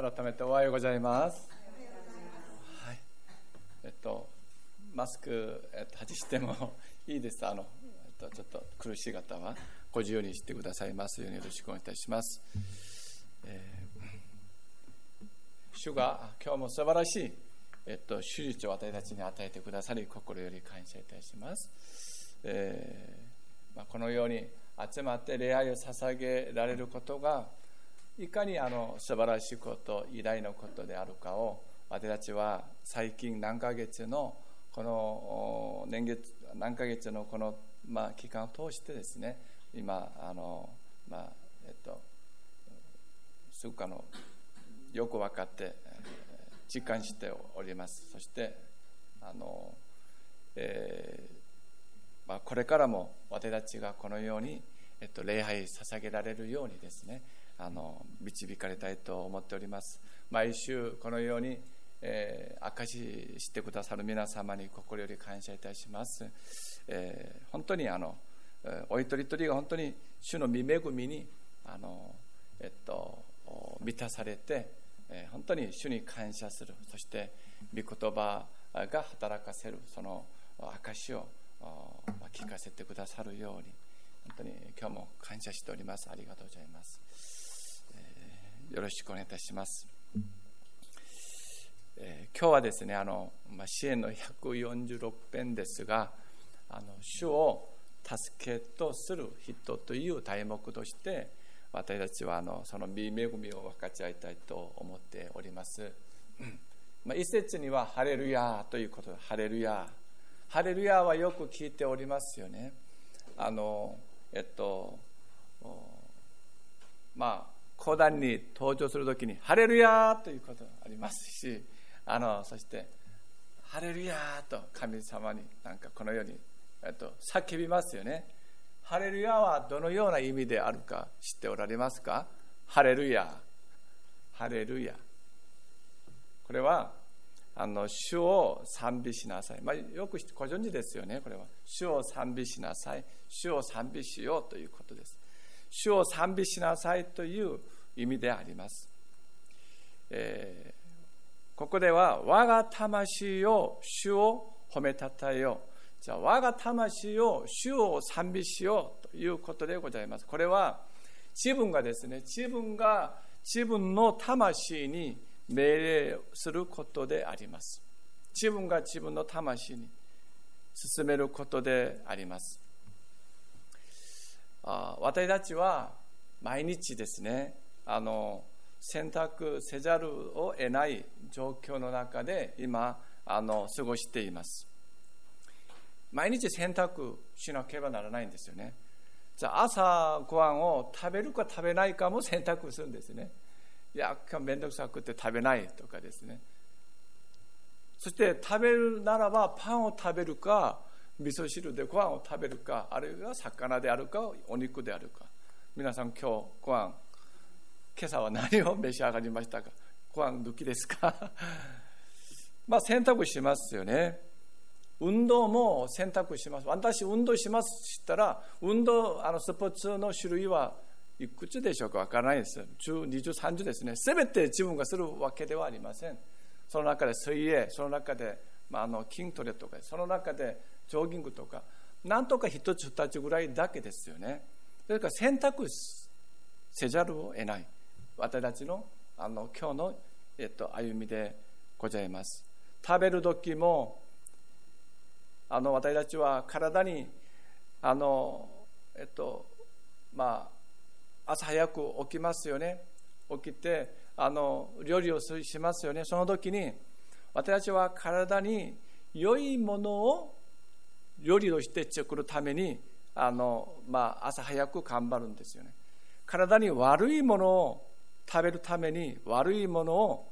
改めておはようございます。はい、マスク、外してもいいです。ちょっと苦しい方はご自由にしてくださいますようによろしくお願いいたします。主が今日も素晴らしい、手術を私たちに与えてくださり、心より感謝いたします。このように集まって礼拝を捧げられることがいかに素晴らしいこと、偉大なことであるかを、私たちは最近何ヶ月のこの何ヶ月のこの期間を通してですね、今すごくよく分かって実感しております。そしてこれからも私たちがこのように礼拝捧げられるようにですね、導かれたいと思っております。毎週このように、証ししてくださる皆様に心より感謝いたします。本当にお一人一人が本当に主の御恵みに満たされて、本当に主に感謝する、そして御言葉が働かせるその証しを聞かせてくださるように、本当に今日も感謝しております。ありがとうございます。よろしくお願いいたします。今日はですね、詩篇の146編ですが、主を助けとする人という題目として私たちはその御恵みを分かち合いたいと思っております。一節にはハレルヤということで、ハレルヤはよく聞いておりますよね。講談に登場するときにハレルヤということがありますし、そしてハレルヤと神様にこのように叫びますよね。ハレルヤはどのような意味であるか知っておられますか？ハレルヤ、ハレルヤ、これは主を賛美しなさい。よくご存知ですよね。これは主を賛美しなさい、主を賛美しようということです。主を賛美しなさいという意味であります。ここでは我が魂よ主を褒めたたえよう。じゃあ我が魂を主を賛美しようということでございます。これは自分がですね、自分の魂に命令することであります。自分が自分の魂に進めることであります。私たちは毎日ですね、選択せざるを得ない状況の中で今過ごしています。毎日選択しなければならないんですよね。じゃあ朝ご飯を食べるか食べないかも選択するんですね。いや、今日めんどくさくて食べないとかですね。そして食べるならばパンを食べるか、味噌汁でご飯を食べるか、あるいは魚であるかお肉であるか。皆さん今日ご飯、今朝は何を召し上がりましたか？ご飯抜きですか？選択しますよね。運動も選択します。私運動しますしたら、スポーツの種類はいくつでしょうか？わからないです。10、20、30ですね。すべて自分がするわけではありません。その中で水泳、その中で、筋トレとか、その中でジョギングとか、なんとか一つ二つぐらいだけですよね。ですから選択せざるを得ない私たちの今日の、歩みでございます。食べる時も私たちは体に朝早く起きますよね。起きて料理をしますよね。その時に私たちは体に良いものを料理をして作るために朝早く頑張るんですよね。体に悪いものを食べるために悪いものを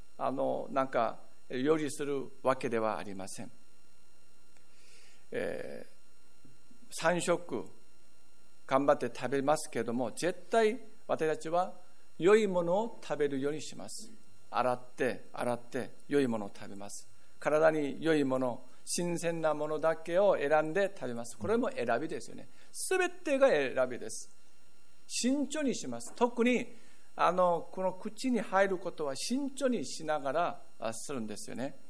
料理するわけではありません。3食頑張って食べますけれども、絶対私たちは良いものを食べるようにします。洗って良いものを食べます。体に良いもの、新鮮なものだけを選んで食べます。これも選びですよね。すべてが選びです。慎重にします。特にこの口に入ることは慎重にしながらするんですよね。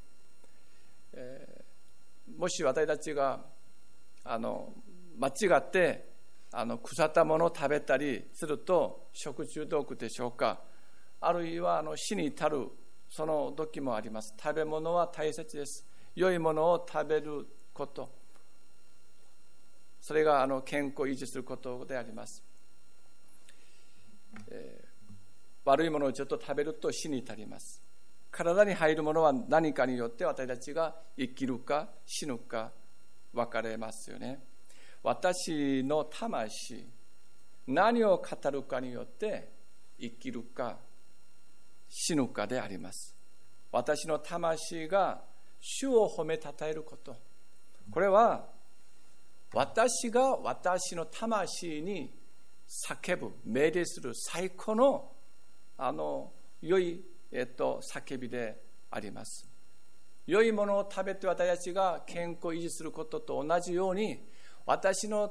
もし私たちが間違って腐ったものを食べたりすると食中毒でしょうか。あるいは死に至るその時もあります。食べ物は大切です。良いものを食べること、それが健康を維持することであります。悪いものをちょっと食べると死に至ります。体に入るものは何かによって私たちが生きるか死ぬか分かれますよね。私の魂、何を語るかによって生きるか死ぬかであります。私の魂が主を褒めたたえること、これは私が私の魂に叫ぶ、命令する最高の良い叫びであります。良いものを食べて私たちが健康を維持することと同じように、私の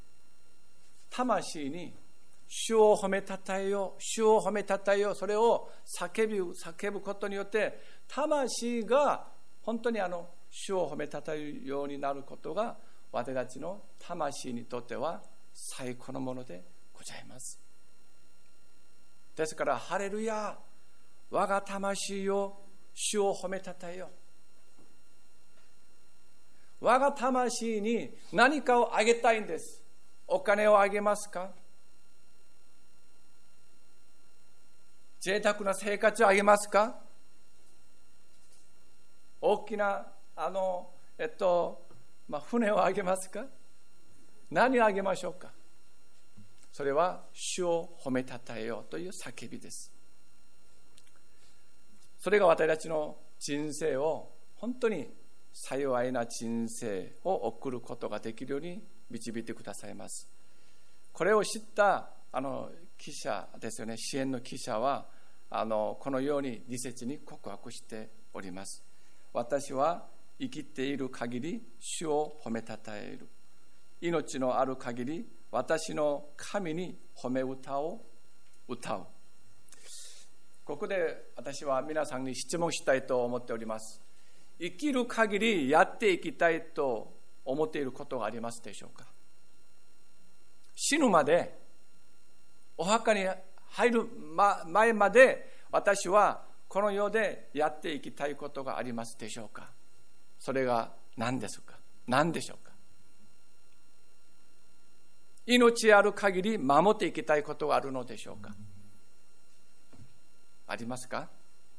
魂に主を褒めたたえよう、主を褒めたたえよう、それを叫ぶことによって魂が本当に主を褒めたたえるようになることが、私たちの魂にとっては最高のものでございます。ですからハレルヤ、我が魂よ主を褒めたたえよ。我が魂に何かをあげたいんです。お金をあげますか？贅沢な生活をあげますか？大きな船をあげますか？何をあげましょうか？それは主を褒めたたえようという叫びです。それが私たちの人生を本当に幸いな人生を送ることができるように導いてくださいます。これを知った記者ですよね、支援の記者はこのように2節に告白しております。私は生きている限り主を褒めたたえる。命のある限り私の神に褒め歌を歌う。ここで私は皆さんに質問したいと思っております。生きる限りやっていきたいと思っていることがありますでしょうか？死ぬまで、お墓に入る前まで私はこの世でやっていきたいことがありますでしょうか？それが何ですか？何でしょうか？命ある限り守っていきたいことがあるのでしょうか？ありますか？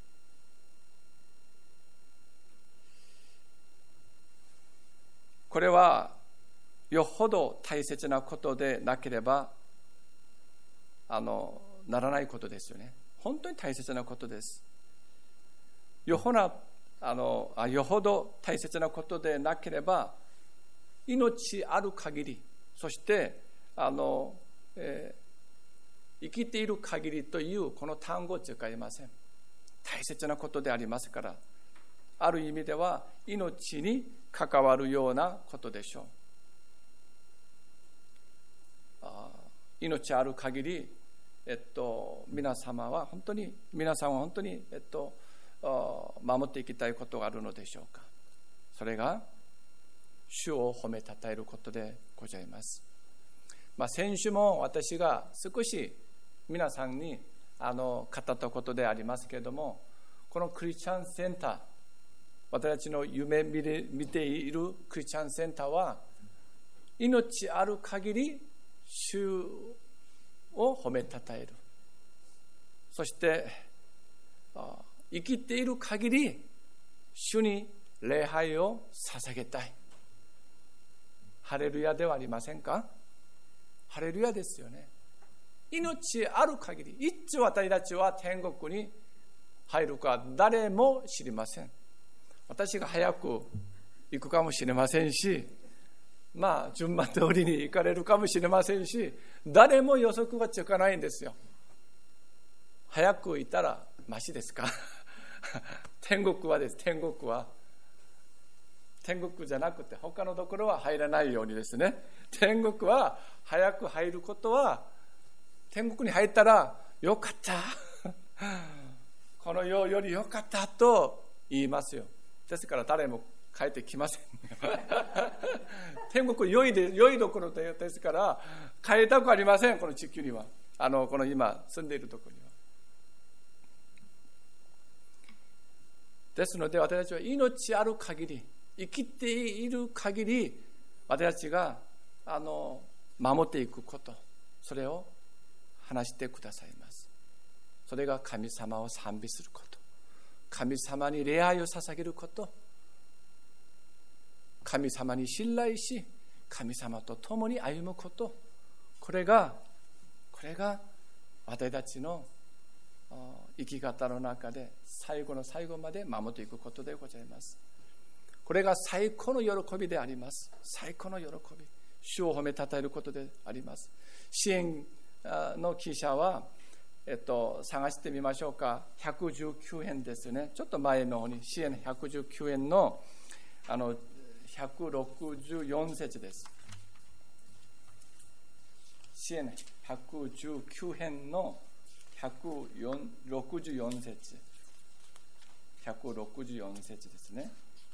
これはよほど大切なことでなければならないことですよね。本当に大切なことです。よほど大切なことでなければ、命ある限り、そして生きている限りというこの単語を使いません。大切なことでありますから、ある意味では命に関わるようなことでしょう。命ある限り、皆さんは本当に守っていきたいことがあるのでしょうか。それが主を褒めたたえることでございます。先週も私が少し皆さんに語ったことでありますけれども、このクリスチャンセンター、私たちの夢見ているクリスチャンセンターは、命ある限り主を褒めたたえる。そして生きている限り主に礼拝を捧げたい。ハレルヤではありませんか？ハレルヤですよね。命ある限り、いつ私たちは天国に入るか誰も知りません。私が早く行くかもしれませんし、順番通りに行かれるかもしれませんし、誰も予測がつかないんですよ。早く行ったらマシですか？天国は天国じゃなくて他のところは入らないようにですね、天国は早く入ることは、天国に入ったらよかったこの世よりよかったと言いますよ。ですから誰も帰ってきません天国良いどころですから帰りたくありません。この地球には、この今住んでいるところには。ですので私たちは命ある限り、生きている限り、私たちが守っていくこと、それを話してくださいます。それが神様を賛美すること、神様に礼拝を捧げること、神様に信頼し神様と共に歩むこと、これが私たちの生き方の中で最後の最後まで守っていくことでございます。これが最高の喜びであります。最高の喜び、主を褒めたたえることであります。詩編の記者は、探してみましょうか。119編ですね。ちょっと前の方に詩編119編の164節です。詩編119編の164節、164節ですね。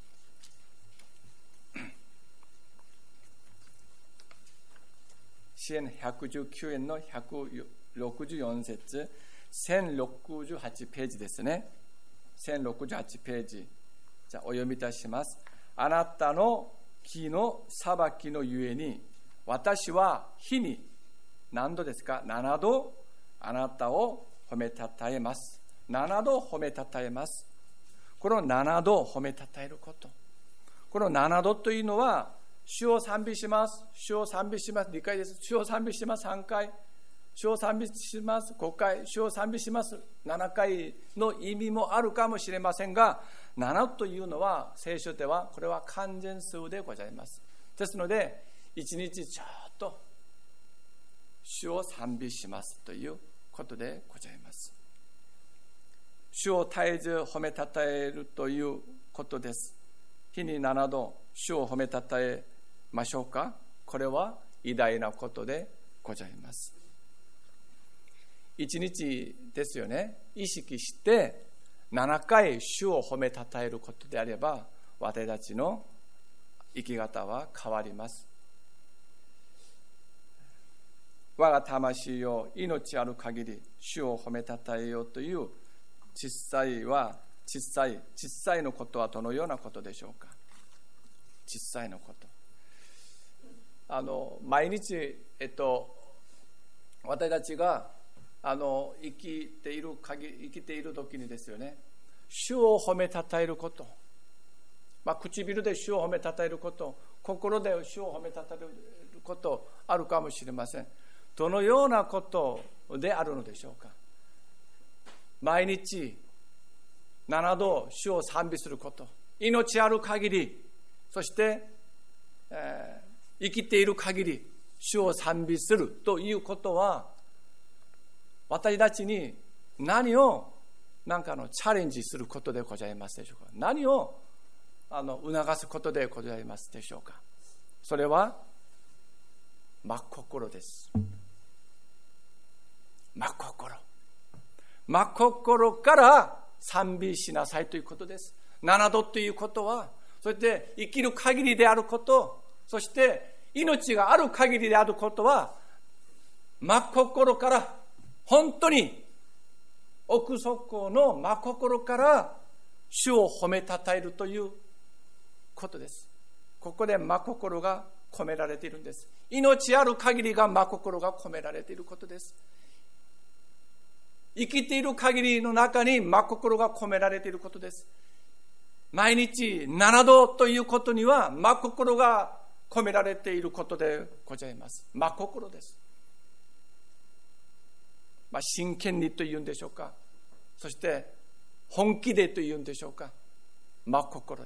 詩編119編の164節、1068ページですね。1068ページ。じゃあお読みいたします。あなたの義の裁きのゆえに私は日に何度ですか、7度あなたを褒めたたえます。7度褒めたたえます。この7度褒めたたえること、この7度というのは、主を賛美します、主を賛美します、2回です。主を賛美します、3回、主を賛美します、5回、主を賛美します、7回の意味もあるかもしれませんが、7というのは聖書ではこれは完全数でございます。ですので1日ちょっと主を賛美しますということでございます。主を絶えず褒めたたえるということです。日に7度主を褒めたたえましょうか。これは偉大なことでございます。一日ですよね。意識して7回主を褒めたたえることであれば、私たちの生き方は変わります。我が魂よ、命ある限り主を褒めたたえようという小さいのことはどのようなことでしょうか。小さいのこと、毎日、私たちが生きている時にですよね、主を褒めたたえること、唇で主を褒めたたえること、心で主を褒めたたえることあるかもしれません。どのようなことであるのでしょうか。毎日7度主を賛美すること、命ある限り、そして、生きている限り主を賛美するということは、私たちに何をチャレンジすることでございますでしょうか。何を促すことでございますでしょうか。それは真心です。真心から賛美しなさいということです。7度ということは、そして生きる限りであること、そして命がある限りであることは、真心から、本当に奥底の真心から主を褒めたたえるということです。ここで真心が込められているんです。命ある限りが真心が込められていることです。生きている限りの中に真心が込められていることです。毎日7度ということには真心が込められていることでございます。真心です。真剣にというんでしょうか、そして本気でというんでしょうか、真心です。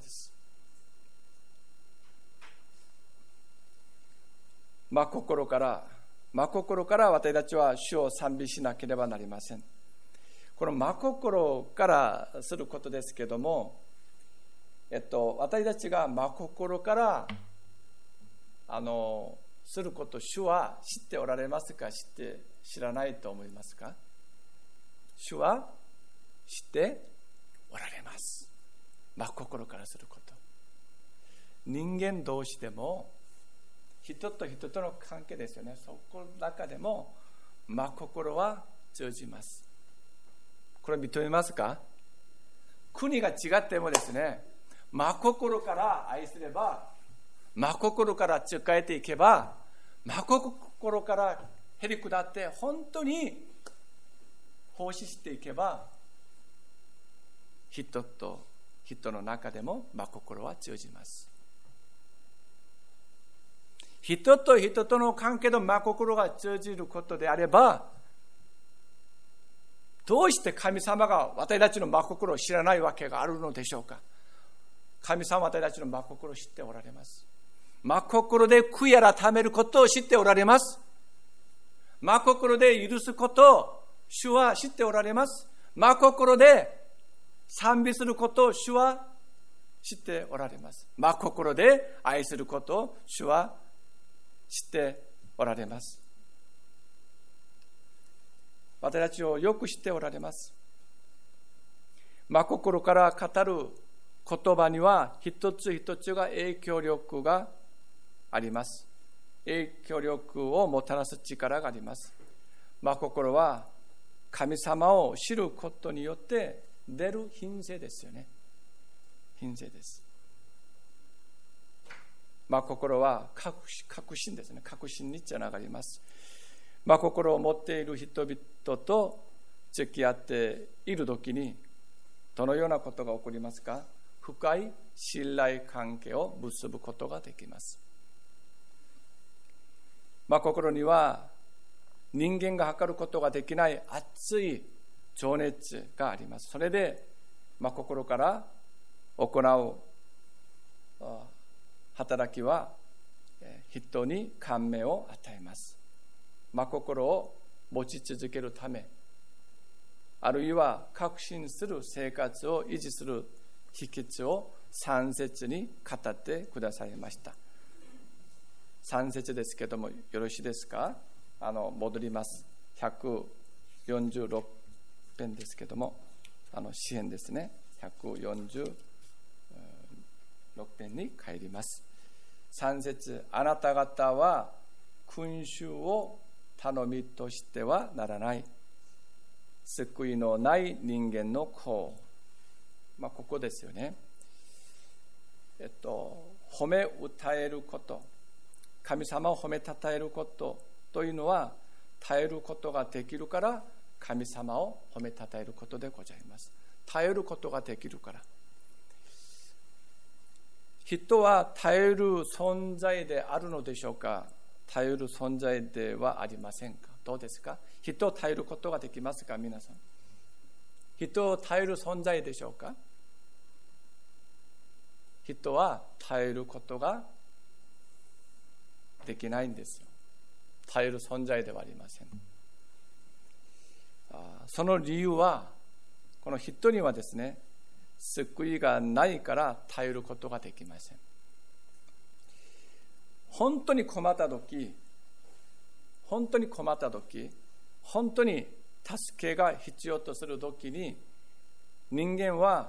真心から私たちは主を賛美しなければなりません。この真心からすることですけれども、私たちが真心からすること、主は知っておられますか、知らないと思いますか。 主は知っておられます。真心からすること。人間同士でも人と人との関係ですよね。そこの中でも真心は通じます。これ認めますか？国が違ってもですね、真心から愛すれば、真心から仕えていけば、真心からへり下って本当に奉仕していけば、人と人の中でも真心は通じます。人と人との関係の真心が通じることであれば、どうして神様が私たちの真心を知らないわけがあるのでしょうか？神様は私たちの真心を知っておられます。真心で悔い改めることを知っておられます。真心で許すことを主は知っておられます。真心で賛美することを主は知っておられます。真心で愛することを主は知っておられます。私たちをよく知っておられます。真心から語る言葉には一つ一つが影響力があります。影響力をもたらす力があります。真心は神様を知ることによって出る品性ですよね。品性です。真心は確信ですね。確信につながります。真心を持っている人々と付き合っているときにどのようなことが起こりますか？深い信頼関係を結ぶことができます。真心には人間が測ることができない熱い情熱があります。それで真心から行う働きは人に感銘を与えます。真心を持ち続けるため、あるいは確信する生活を維持する秘訣を3節に語ってくださいました。3節ですけどもよろしいですか？戻ります。146編ですけども、詩編ですね。146編に帰ります。3節、あなた方は君主を頼みとしてはならない。救いのない人間の子。ここですよね。褒め歌えること、神様を褒めたたえることというのは耐えることができるから神様を褒めたたえることでございます。耐えることができるから。人は耐える存在であるのでしょうか？耐える存在ではありませんか？どうですか？人を耐えることができますか？皆さん、人を耐える存在でしょうか？人は耐えることができないんですよ。耐える存在ではありません。その理由は、この人にはですね、救いがないから耐えることができません。本当に困った時、本当に助けが必要とする時に、人間は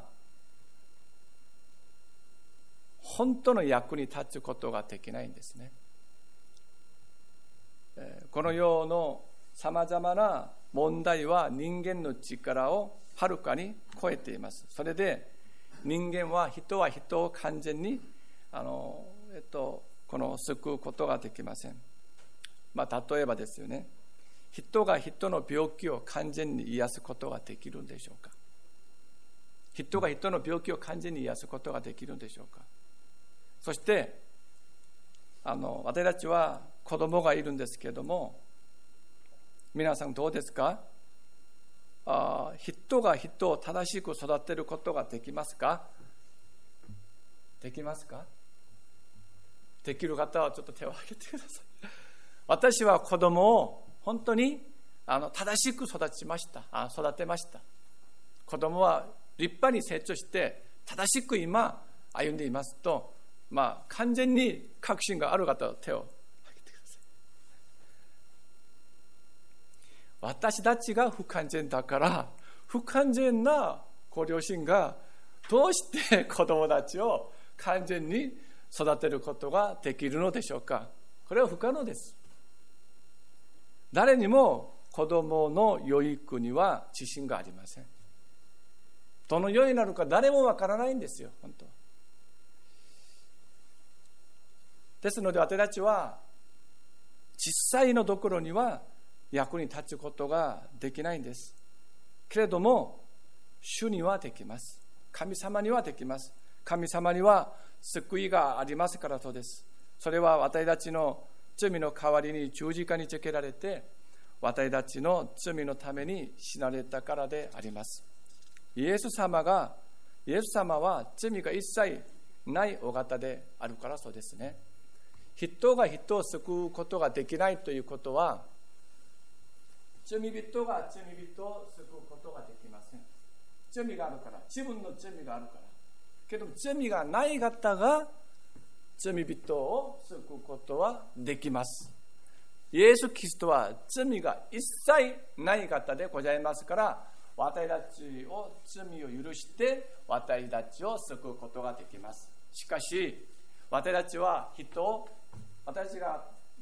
本当の役に立つことができないんですね。この世のさまざまな問題は人間の力をはるかに超えています。それで人は人を完全に救うことができません。例えばですよね、人が人の病気を完全に癒すことができるんでしょうか？人が人の病気を完全に癒すことができるんでしょうか？そして私たちは子供がいるんですけれども、皆さんどうですか？人が人を正しく育てることができますか？できますか？できる方はちょっと手を挙げてください。私は子供を本当に正しく育てました。子供は立派に成長して正しく今歩んでいますと、完全に確信がある方は手を挙げてください。私たちが不完全だから不完全なご両親がどうして子供たちを完全に育てることができるのでしょうか。これは不可能です。誰にも子供の養育には自信がありません。どのようになるか誰もわからないんですよ、本当は。ですので私たちは実際のところには役に立つことができないんです。けれども主にはできます。神様にはできます。神様には救いがありますからそうです。それは私たちの罪の代わりに十字架につけられて、私たちの罪のために死なれたからであります。イエス様は罪が一切ないお方であるからそうですね。人が人を救うことができないということは、罪人が罪人を救うことができません。罪があるから、自分の罪があるから。けど罪がない方が罪人を救うことはできます。イエス・キリストは罪が一切ない方でございますから、私たちを罪を許して私たちを救うことができます。しかし私たちは私が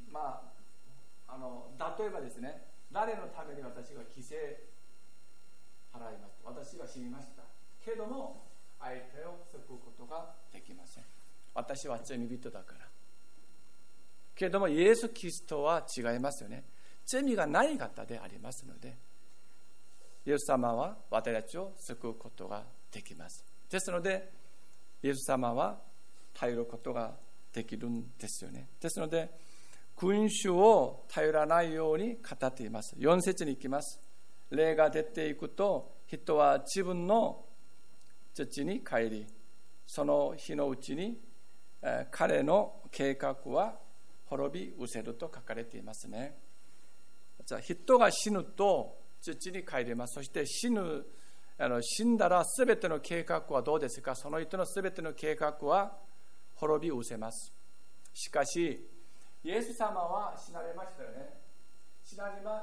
例えばですね、誰のために私が犠牲払いました。私が死にました。けれども相手を救うことができません。私は罪人だから。けれどもイエス・キリストは違いますよね。罪がない方でありますので、イエス様は私たちを救うことができます。ですのでイエス様は頼ることができるんですよね。ですので君主を頼らないように語っています。4節に行きます。霊が出ていくと人は自分の土に帰り、その日のうちに彼の計画は滅び失せると書かれていますね。じゃあ人が死ぬと土に帰ります。そして死んだら全ての計画はどうですか。その人の全ての計画は滅び失せます。しかしイエス様は死なれましたよね。死に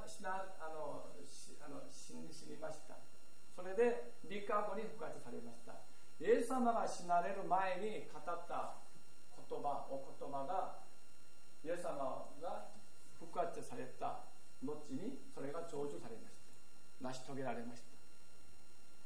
ました。それで3日後に復活されました。イエス様が死なれる前に語ったお言葉が、イエス様が復活された後にそれが成就されました。成し遂げられました。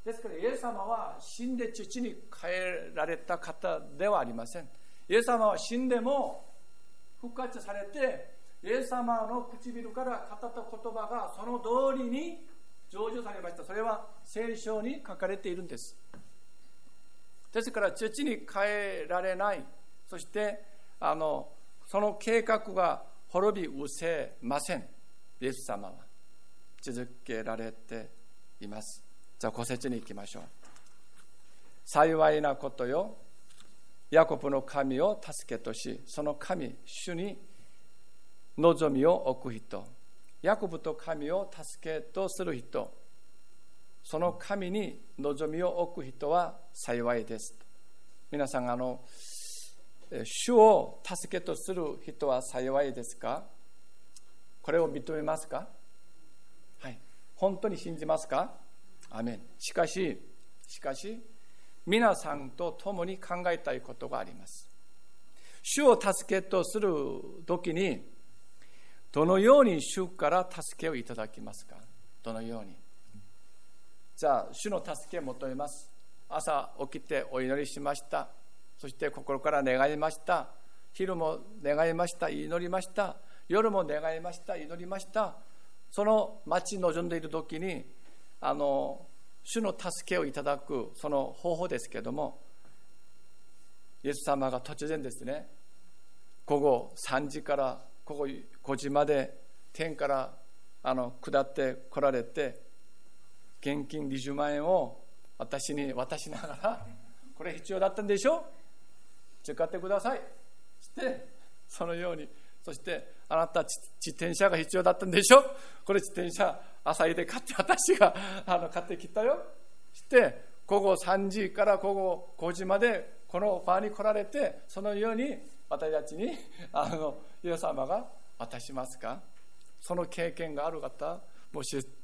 ですからイエス様は死んで父に帰られた方ではありません。イエス様は死んでも復活されて、イエス様の唇から語った言葉がその通りに成就されました。それは聖書に書かれているんです。ですから父に帰られない、そしてその計画が滅び失せません。イエス様は続けられています。じゃあ5節に行きましょう。幸いなことよ、ヤコブの神を助けとし、その神主に望みを置く人。ヤコブと神を助けとする人、その神に望みを置く人は幸いです。皆さん主を助けとする人は幸いですか。これを認めますか。はい、本当に信じますか。アメン。しかし皆さんと共に考えたいことがあります。主を助けとするときにどのように主から助けをいただきますか。どのように。じゃあ主の助けを求めます。朝起きてお祈りしました。そして心から願いました。昼も願いました。祈りました。夜も願いました。祈りました。その待ち望んでいるときに主の助けをいただくその方法ですけれども、イエス様が突然ですね、午後3時から午後5時まで天から下って来られて、現金20万円を私に渡しながら、これ必要だったんでしょ、使ってくださいしてそのように、そしてあなた自転車が必要だったんでしょ、これ自転車朝で買って私が買ってきたよして午後3時から午後5時までこの場に来られて、そのように私たちにイエス様が渡しますか。その経験がある方、もし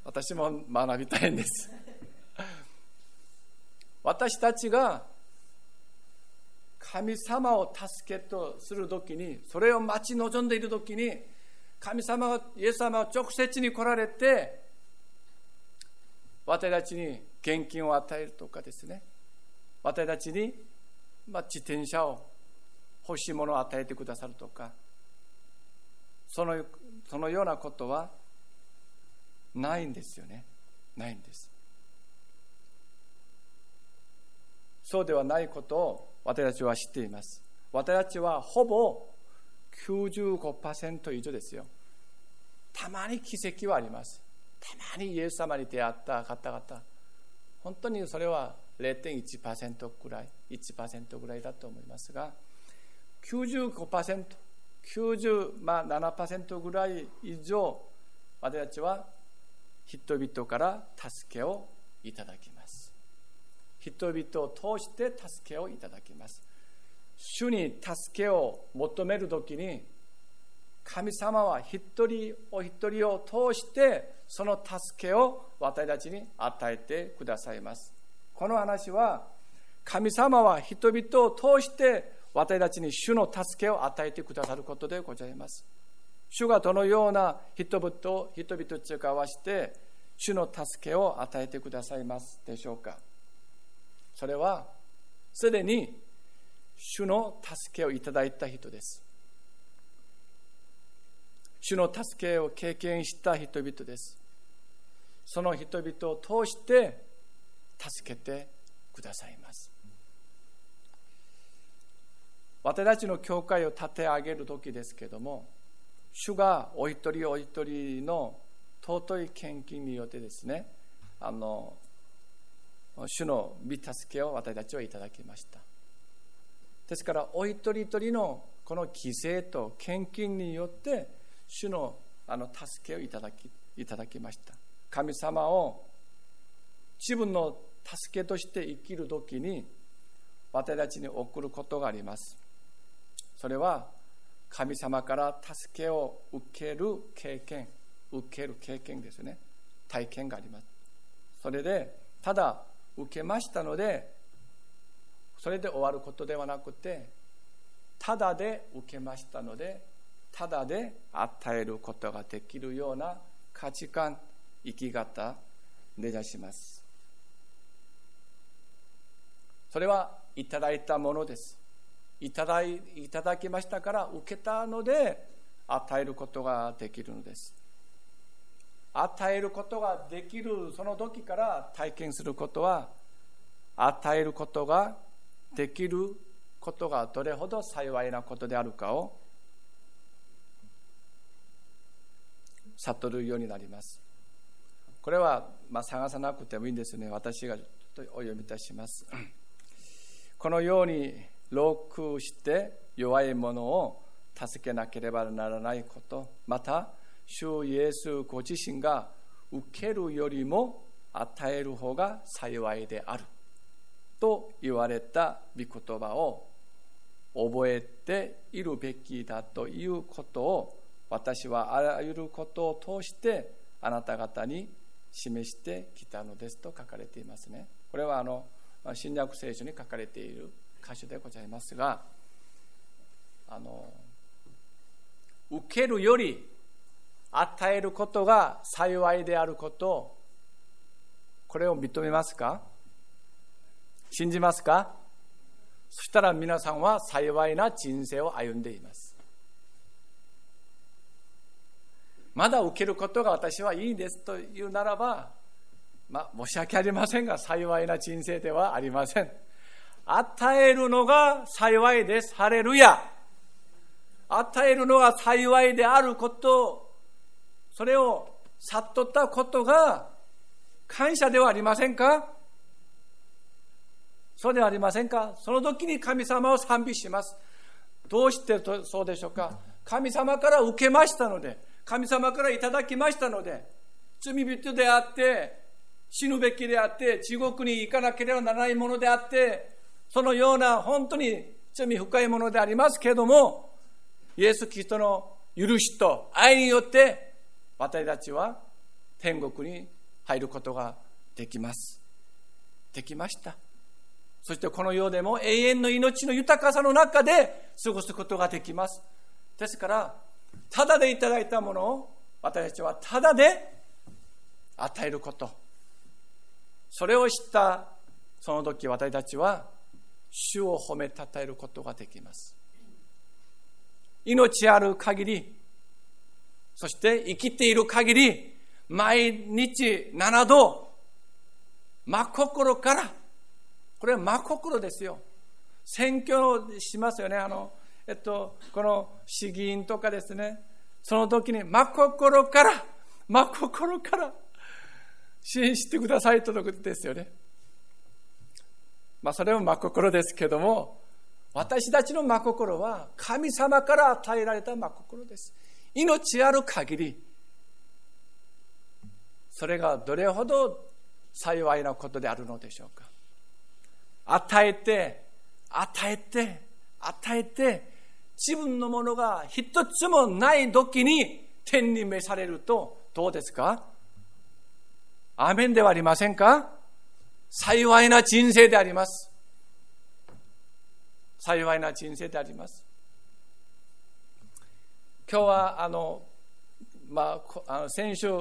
私も学びたいんです私たちが神様を助けとするときに、それを待ち望んでいるときに、神様が、イエス様が直接に来られて私たちに現金を与えるとかですね、私たちに自転車を欲しいものを与えてくださるとか、そのようなことはないんですよね。ないんです。そうではないことを私たちは知っています。私たちはほぼ 95% 以上ですよ。たまに奇跡はあります。たまにイエス様に出会った方々、本当にそれは 0.1% ぐらい、1% ぐらいだと思いますが、95%、97% ぐらい以上、私たちは人々から助けをいただきます。人々を通して助けをいただきます。主に助けを求めるときに、神様は一人お一人を通してその助けを私たちに与えてくださいます。この話は、神様は人々を通して私たちに主の助けを与えてくださることでございます。主がどのような人々を使わして主の助けを与えてくださいますでしょうか。それはすでに主の助けをいただいた人です。主の助けを経験した人々です。その人々を通して助けてくださいます。私たちの教会を立て上げる時ですけれども、主がお一人お一人の尊い献金によってですね、主の御助けを私たちはいただきました。ですからお一人一人のこの犠牲と献金によって主の助けをいただきました。神様を自分の助けとして生きるときに私たちに送ることがあります。それは神様から助けを受ける経験ですね。体験があります。それでただ受けましたのでそれで終わることではなくて、ただで受けましたのでただで与えることができるような価値観、生き方目指します。それはいただいたものです。いただきましたから受けたので与えることができるのです。与えることができるその時から体験することは、与えることができることがどれほど幸いなことであるかを悟るようになります。これは探さなくてもいいんですね。私がちょっとお読みいたします。このように労苦して弱い者を助けなければならないこと、また主イエスご自身が受けるよりも与える方が幸いであると言われた御言葉を覚えているべきだということを、私はあらゆることを通してあなた方に示してきたのですと書かれていますね。これは新約聖書に書かれている箇所でございますが、受けるより与えることが幸いであること、これを認めますか？信じますか？そしたら皆さんは幸いな人生を歩んでいます。まだ受けることが私はいいですというならば、申し訳ありませんが幸いな人生ではありません。与えるのが幸いです。ハレルヤ。与えるのが幸いであること、それを悟ったことが感謝ではありませんか？そうではありませんか？その時に神様を賛美します。どうしてそうでしょうか？神様から受けましたので、神様からいただきましたので、罪人であって死ぬべきであって地獄に行かなければならないものであって、そのような本当に罪深いものでありますけれども、イエス・キリストの許しと愛によって私たちは天国に入ることができます。できました。そしてこの世でも永遠の命の豊かさの中で過ごすことができます。ですからただでいただいたものを私たちはただで与えること、それを知ったその時、私たちは主を褒めたたえることができます。命ある限り、そして生きている限り、毎日7度真心から、これは真心ですよ。選挙しますよね。この市議員とかですね、その時に真心から支援してくださいとのことですよね。それも真心ですけども、私たちの真心は神様から与えられた真心です。命ある限り、それがどれほど幸いなことであるのでしょうか。与えて自分のものが一つもない時に天に召されるとどうですか？アーメンではありませんか？幸いな人生であります。幸いな人生であります。今日は先週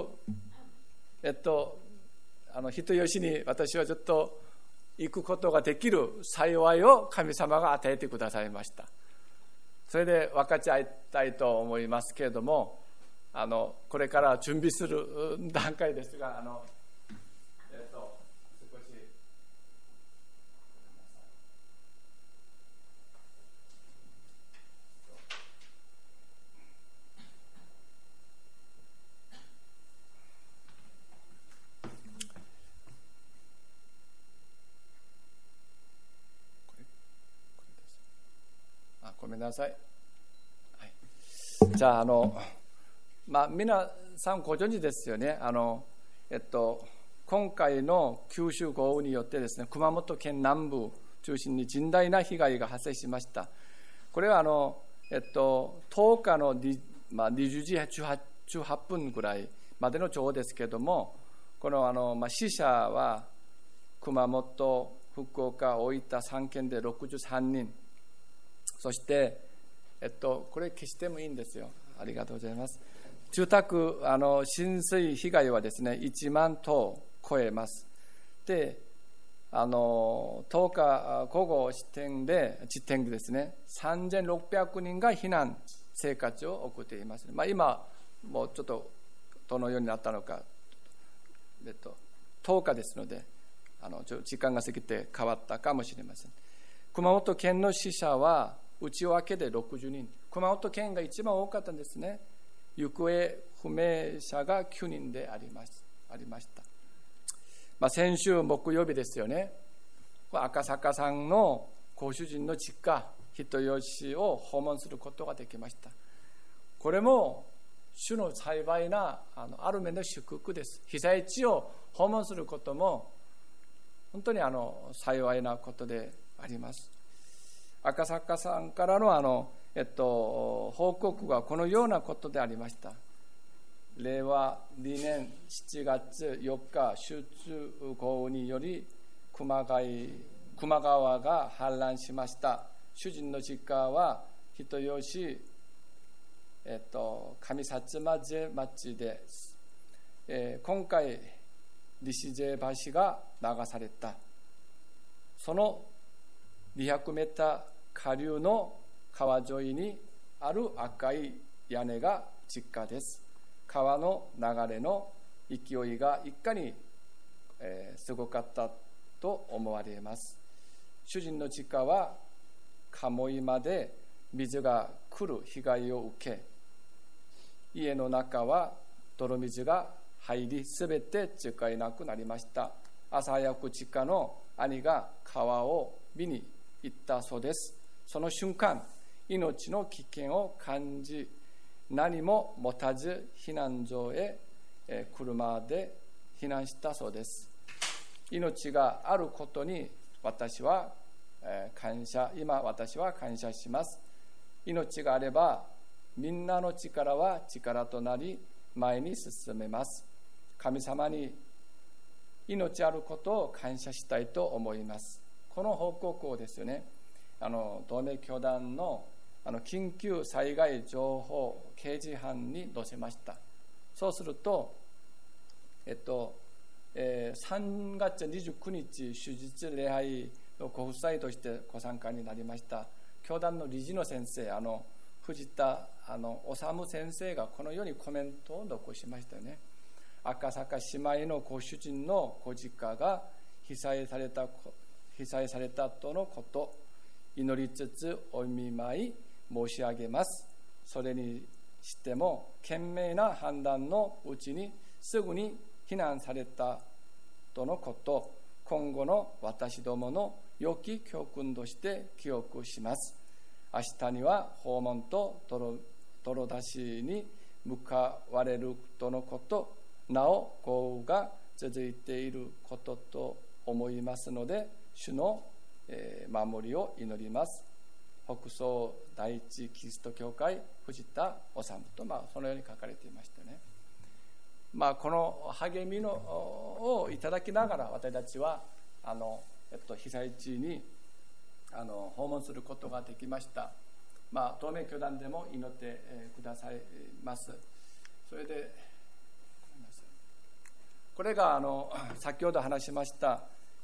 人吉に私はちょっと行くことができる幸いを神様が与えてくださいました。それで分かち合いたいと思いますけれども、これから準備する段階ですが、少しごめんなさい。はい、じゃあ皆さんご存知ですよね。今回の九州豪雨によってですね、熊本県南部中心に甚大な被害が発生しました。これは10日の20時18分ぐらいまでの情報ですけれども、この死者は熊本、福岡、大分3県で63人、そしてこれ消してもいいんですよ。ありがとうございます。住宅浸水被害はですね1万棟超えます。で10日午後時点でですね3600人が避難生活を送っています。今もうちょっとどのようになったのか、10日ですので時間が過ぎて変わったかもしれません。熊本県の死者は内訳で60人、熊本県が一番多かったんですね。行方不明者が9人でありました。先週木曜日ですよね。赤坂さんのご主人の実家人吉を訪問することができました。これも主の幸いなある面の祝福です。被災地を訪問することも本当に幸いなことであります。赤坂さんからの報告がこのようなことでありました。令和2年7月4日集中豪雨により球磨川が氾濫しました。主人の実家は人吉上薩摩瀬町です。今回西瀬橋が流された。その200メーター下流の川沿いにある赤い屋根が実家です。川の流れの勢いがいかに、すごかったと思われます。主人の実家は鴨居まで水が来る被害を受け、家の中は泥水が入りすべて使えなくなりました。朝早く実家の兄が川を見に行ったそうです。その瞬間、命の危険を感じ、何も持たず避難所へ車で避難したそうです。命があることに私は感謝します。命があればみんなの力は力となり前に進めます。神様に命あることを感謝したいと思います。この報告をですよね、同盟教団の緊急災害情報掲示板に載せました。そうすると、3月29日手術礼拝のご夫妻としてご参加になりました教団の理事の先生、藤田治先生がこのようにコメントを残しましたよね。赤坂姉妹のご主人のご実家が被災されたとのこと、祈りつつお見舞い申し上げます。それにしても賢明な判断のうちにすぐに避難されたとのこと、今後の私どもの良き教訓として記憶します。明日には訪問と泥出しに向かわれるとのこと、なお豪雨が続いていることと思いますので、主の守りを祈ります。北総第一キリスト教会藤田治と、そのように書かれていましたね。この励みをいただきながら、私たちは被災地に訪問することができました。同盟教団でも祈ってくださいます。それでこれが先ほど話しました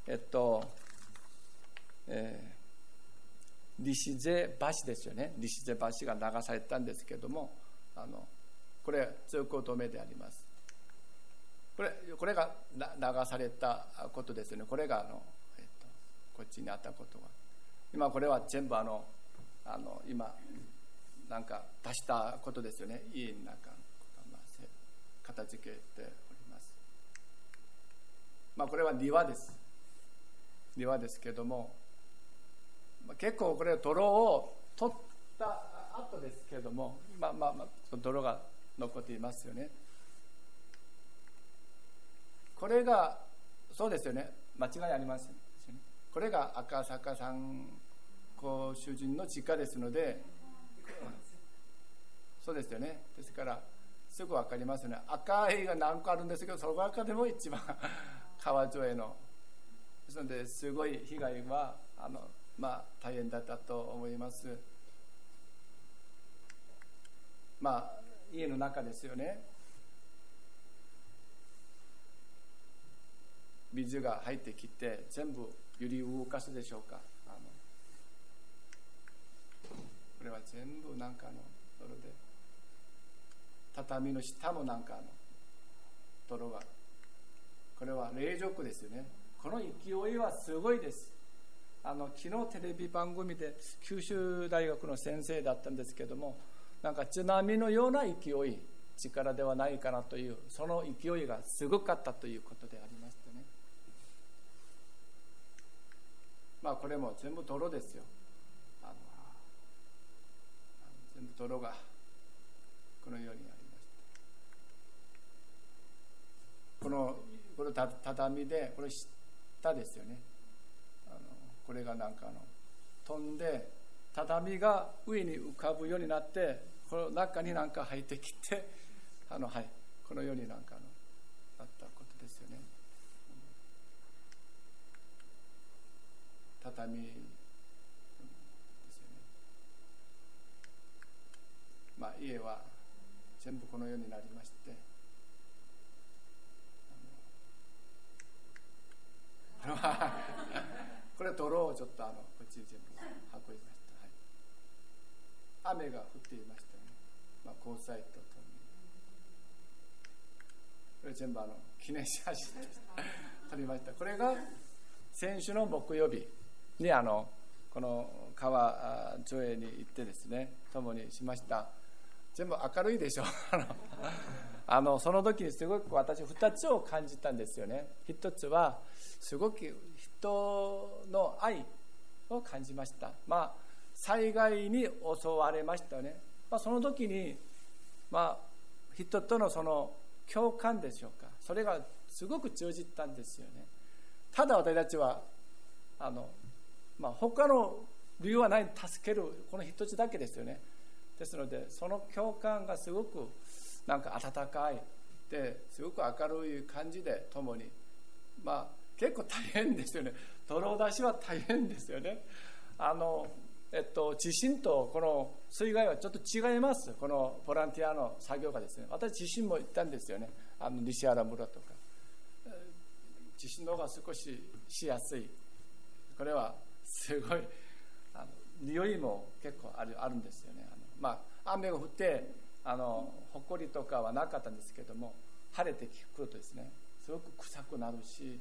西瀬橋ですよね。西瀬橋が流されたんですけれども、これ通行止めであります。これが流されたことですよね。これがこっちにあったことが、今これは全部今なんか出したことですよね。家の中片付けております。これは庭です。庭ですけれども、結構これ泥を取った後ですけれども、泥が残っていますよね。これがそうですよね。間違いありません。これが赤坂さんご主人の実家ですので、そうですよね。ですからすぐ分かりますよね。赤いが何個あるんですけど、その中でも一番川沿いのですので、すごい被害は大変だったと思います。家の中ですよね。水が入ってきて全部揺り動かすでしょうか。これは全部なんか泥で、畳の下もなんか泥が、これは冷蔵庫ですよね。この勢いはすごいです。昨日テレビ番組で九州大学の先生だったんですけども、なんか津波のような勢い、力ではないかなという、その勢いがすごかったということでありましたね。これも全部泥ですよ。全部泥がこのようにありました。これ畳で、これ下ですよね。これがなんか飛んで畳が上に浮かぶようになって、この中になんか入ってきて、このようになんかなったことですよね。畳ですよね。家は全部このようになりまして、これ泥をちょっとこっちに全部運びました。雨が降っていましたね。交際とともに、これ全部記念写真で撮りました。これが先週の木曜日にこの川沿いに行ってですね、共にしました。全部明るいでしょ。その時にすごく私2つを感じたんですよね。一つはすごく人の愛を感じました。災害に襲われましたよね。その時に人とのその共感でしょうか、それがすごく通じたんですよね。ただ私たちは他の理由はない、助けるこの一つだけですよね。ですのでその共感がすごくなんか温かいで、すごく明るい感じで共に結構大変ですよね。泥出しは大変ですよね。地震とこの水害はちょっと違います。このボランティアの作業がですね。私地震も行ったんですよね。西原村とか。地震の方が少ししやすい。これはすごい匂いも結構あるんですよね。雨が降ってほこりとかはなかったんですけども、晴れてくるとですね、すごく臭くなるし、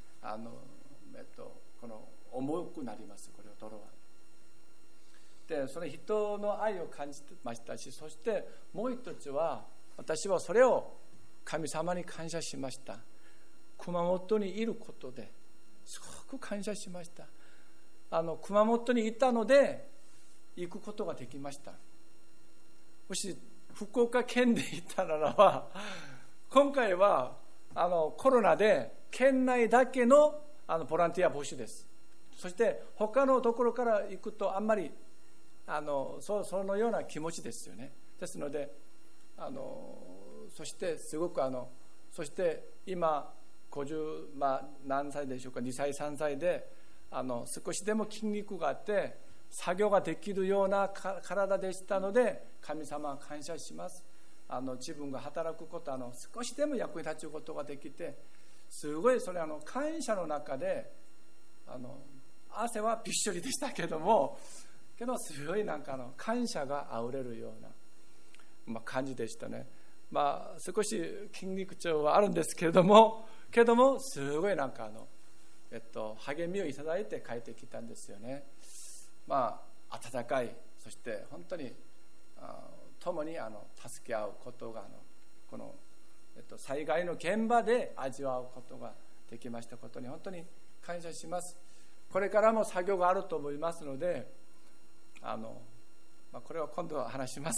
この重くなります。これは泥は。で、その人の愛を感じてましたし、そしてもう一つは、私はそれを神様に感謝しました。熊本にいることですごく感謝しました。熊本にいたので行くことができました。もし福岡県で行ったならば、今回はコロナで県内だけのボランティア募集です。そして他のところから行くとあんまりそのような気持ちですよね。ですのでそしてすごくそして今50、何歳でしょうか、2歳3歳で少しでも筋肉があって作業ができるような体でしたので、神様は感謝します。自分が働くこと少しでも役に立つことができて、すごいそれ感謝の中で汗はびっしょりでしたけども、すごい感謝があふれるような、感じでしたね。少し筋肉痛はあるんですけれども、すごい励みをいただいて帰ってきたんですよね。温かい、そして本当に共に助け合うことがこの、災害の現場で味わうことができましたことに本当に感謝します。これからも作業があると思いますので、これは今度は話します。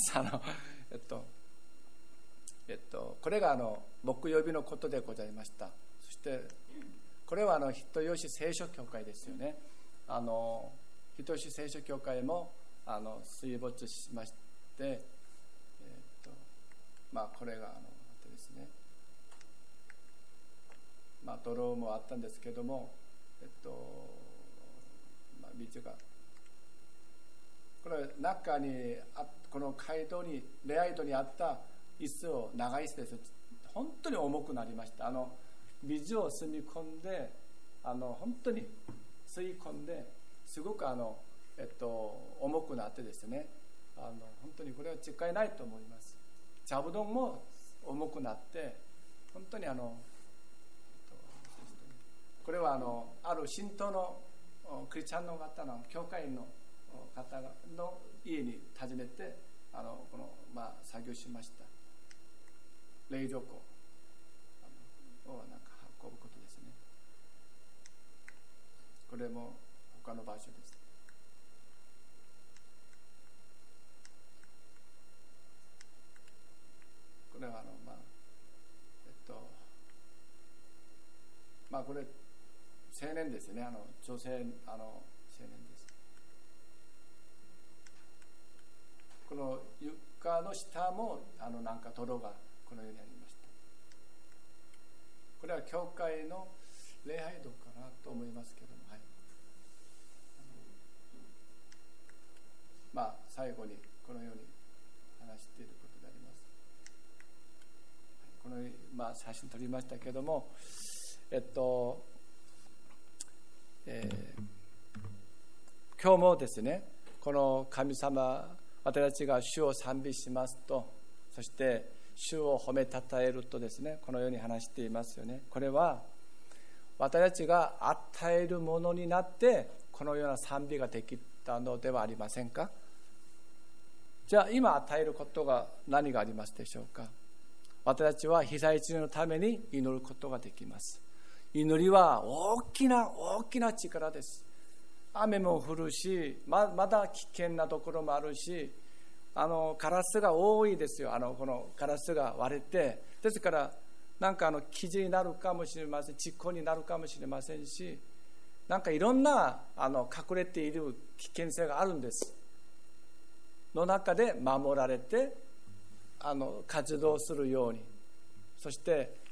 これが木曜日のことでございました。そしてこれは人吉聖書教会ですよね。人吉聖書教会も水没しまして、これがですね、泥もあったんですけども、水がこれ中にこの街道にレアイドにあった椅子を長い椅子です。本当に重くなりました。水を吸い込んで本当に吸い込んですごく重くなってですね、本当にこれは使えないと思います。座布団も重くなって本当にこれはある神道のクリスチャンの方の教会の方の家に訪ねて作業しました。冷蔵庫を運ぶことですね。これも他の場所です。これはこれ青年ですね。女性青年です。この床の下も泥がこのようにありました。これは教会の礼拝堂かなと思いますけども、最後にこのように話していることであります。このように、写真撮りましたけども、今日もですね、この神様、私たちが主を賛美しますと、そして主を褒めたたえるとですね、このように話していますよね。これは私たちが与えるものになってこのような賛美ができたのではありませんか。じゃあ今与えることが何がありますでしょうか。私たちは被災地のために祈ることができます。祈りは大きな力です。雨も降るし、まだ危険なところもあるし、ガラスが多いですよ。このガラスが割れて、ですから傷になるかもしれません、事故になるかもしれませんし、いろんな隠れている危険性があるんです。の中で守られて活動するように、そして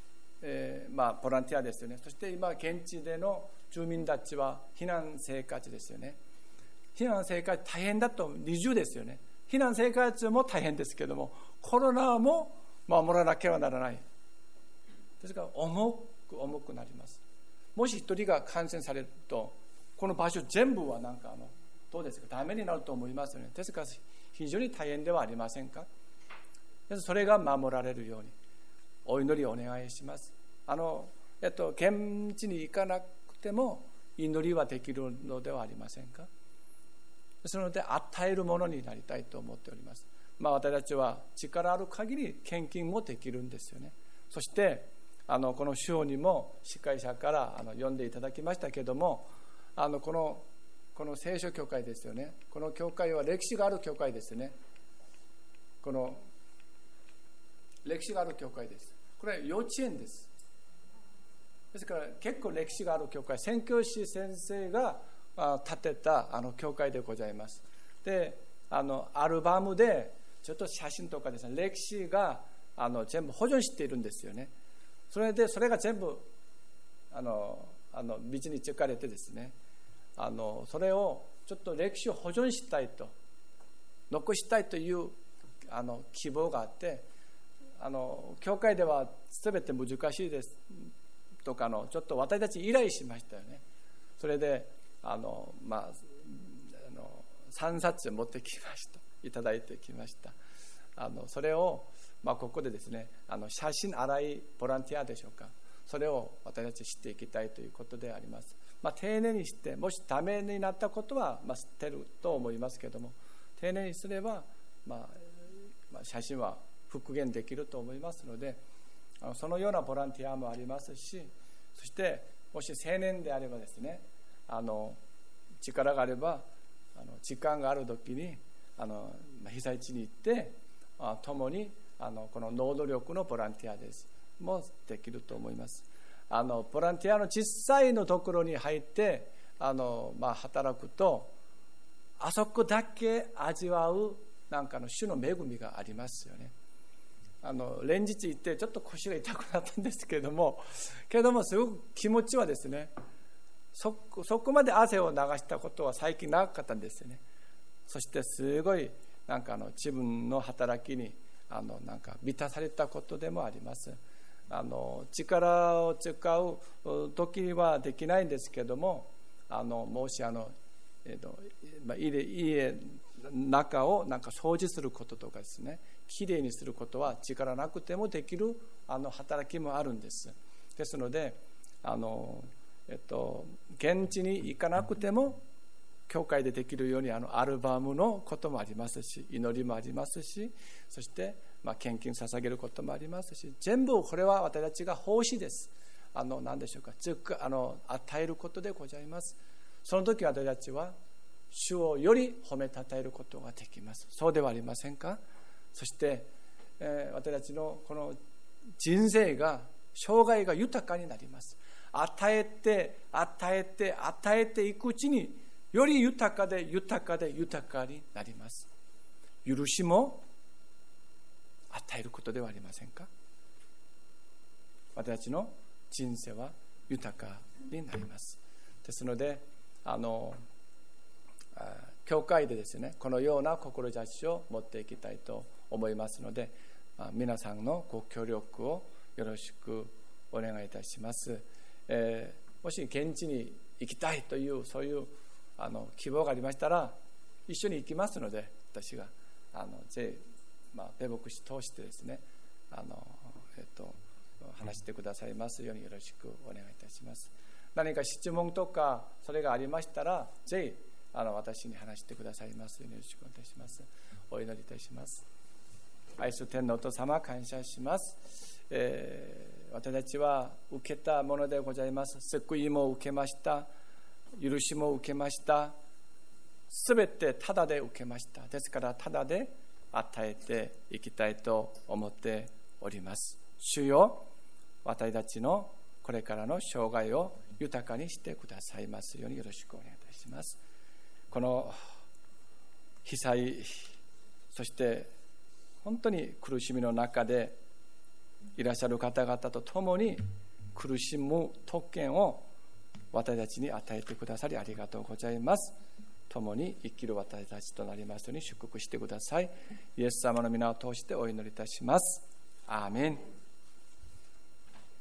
ボランティアですよね。そして今現地での住民たちは避難生活ですよね。避難生活大変だと二重ですよね。避難生活も大変ですけども、コロナも守らなければならない。ですから重くなります。もし一人が感染されると、この場所全部はどうですか、ダメになると思いますよね。ですから非常に大変ではありませんか。ですそれが守られるようにお祈りをお願いします。現地に行かなくても祈りはできるのではありませんか。ですので与えるものになりたいと思っております。私たちは力ある限り献金もできるんですよね。そしてこの主報にも司会者から読んでいただきましたけれども、この聖書教会ですよね。この教会は歴史がある教会ですね。この歴史がある教会です。これは幼稚園です。ですから結構歴史がある教会、宣教師先生が建てた教会でございます。でアルバムでちょっと写真とかですね、歴史が全部保存しているんですよね。それが全部ビジに使われてですね、それをちょっと歴史を保存したいと、残したいという希望があって、教会では全て難しいですとかちょっと私たち依頼しましたよね。それで3冊持ってきました。いただいてきました。それをここでですね、写真洗いボランティアでしょうか、それを私たち知っていきたいということであります。丁寧にして、もしダメになったことは知ってると思いますけれども、丁寧にすれば、写真は復元できると思いますので、そのようなボランティアもありますし、そしてもし青年であればですね、力があれば時間がある時に被災地に行って共にこの労働力のボランティアですもできると思います。ボランティアの実際のところに入って働くと、あそこだけ味わう主の恵みがありますよね。連日行ってちょっと腰が痛くなったんですけれどもすごく気持ちはですね、そこまで汗を流したことは最近なかったんですよね。そしてすごい自分の働きに満たされたことでもあります。力を使う時はできないんですけども、もし家の中を掃除することとかですね、きれいにすることは力なくてもできる働きもあるんです。ですので現地に行かなくても教会でできるようにアルバムのこともありますし、祈りもありますし、そして献金捧げることもありますし、全部これは私たちが奉仕です。何でしょうか、与えることでございます。その時私たちは主をより褒めたたえることができます。そうではありませんか。そして、私たちのこの人生が生涯が豊かになります。与えていくうちにより豊かになります。許しも与えることではありませんか。私たちの人生は豊かになります。ですので教会でですね、このような志を持っていきたいと思いますので、皆さんのご協力をよろしくお願いいたします。もし現地に行きたいというそういう希望がありましたら一緒に行きますので、私が米牧師通してですね話してくださいますようによろしくお願いいたします。何か質問とかそれがありましたらぜひ私に話してくださいますようによろしくお願いします。お祈りいたします。愛する天のお父様、感謝します。私たちは受けたものでございます。救いも受けました。許しも受けました。すべてただで受けました。ですからただで与えていきたいと思っております。主よ、私たちのこれからの生涯を豊かにしてくださいますようによろしくお願いいたします。この被災、そして本当に苦しみの中でいらっしゃる方々と共に苦しむ特権を私たちに与えてくださりありがとうございます。共に生きる私たちとなりますように祝福してください。イエス様の皆を通してお祈りいたします。アーメン。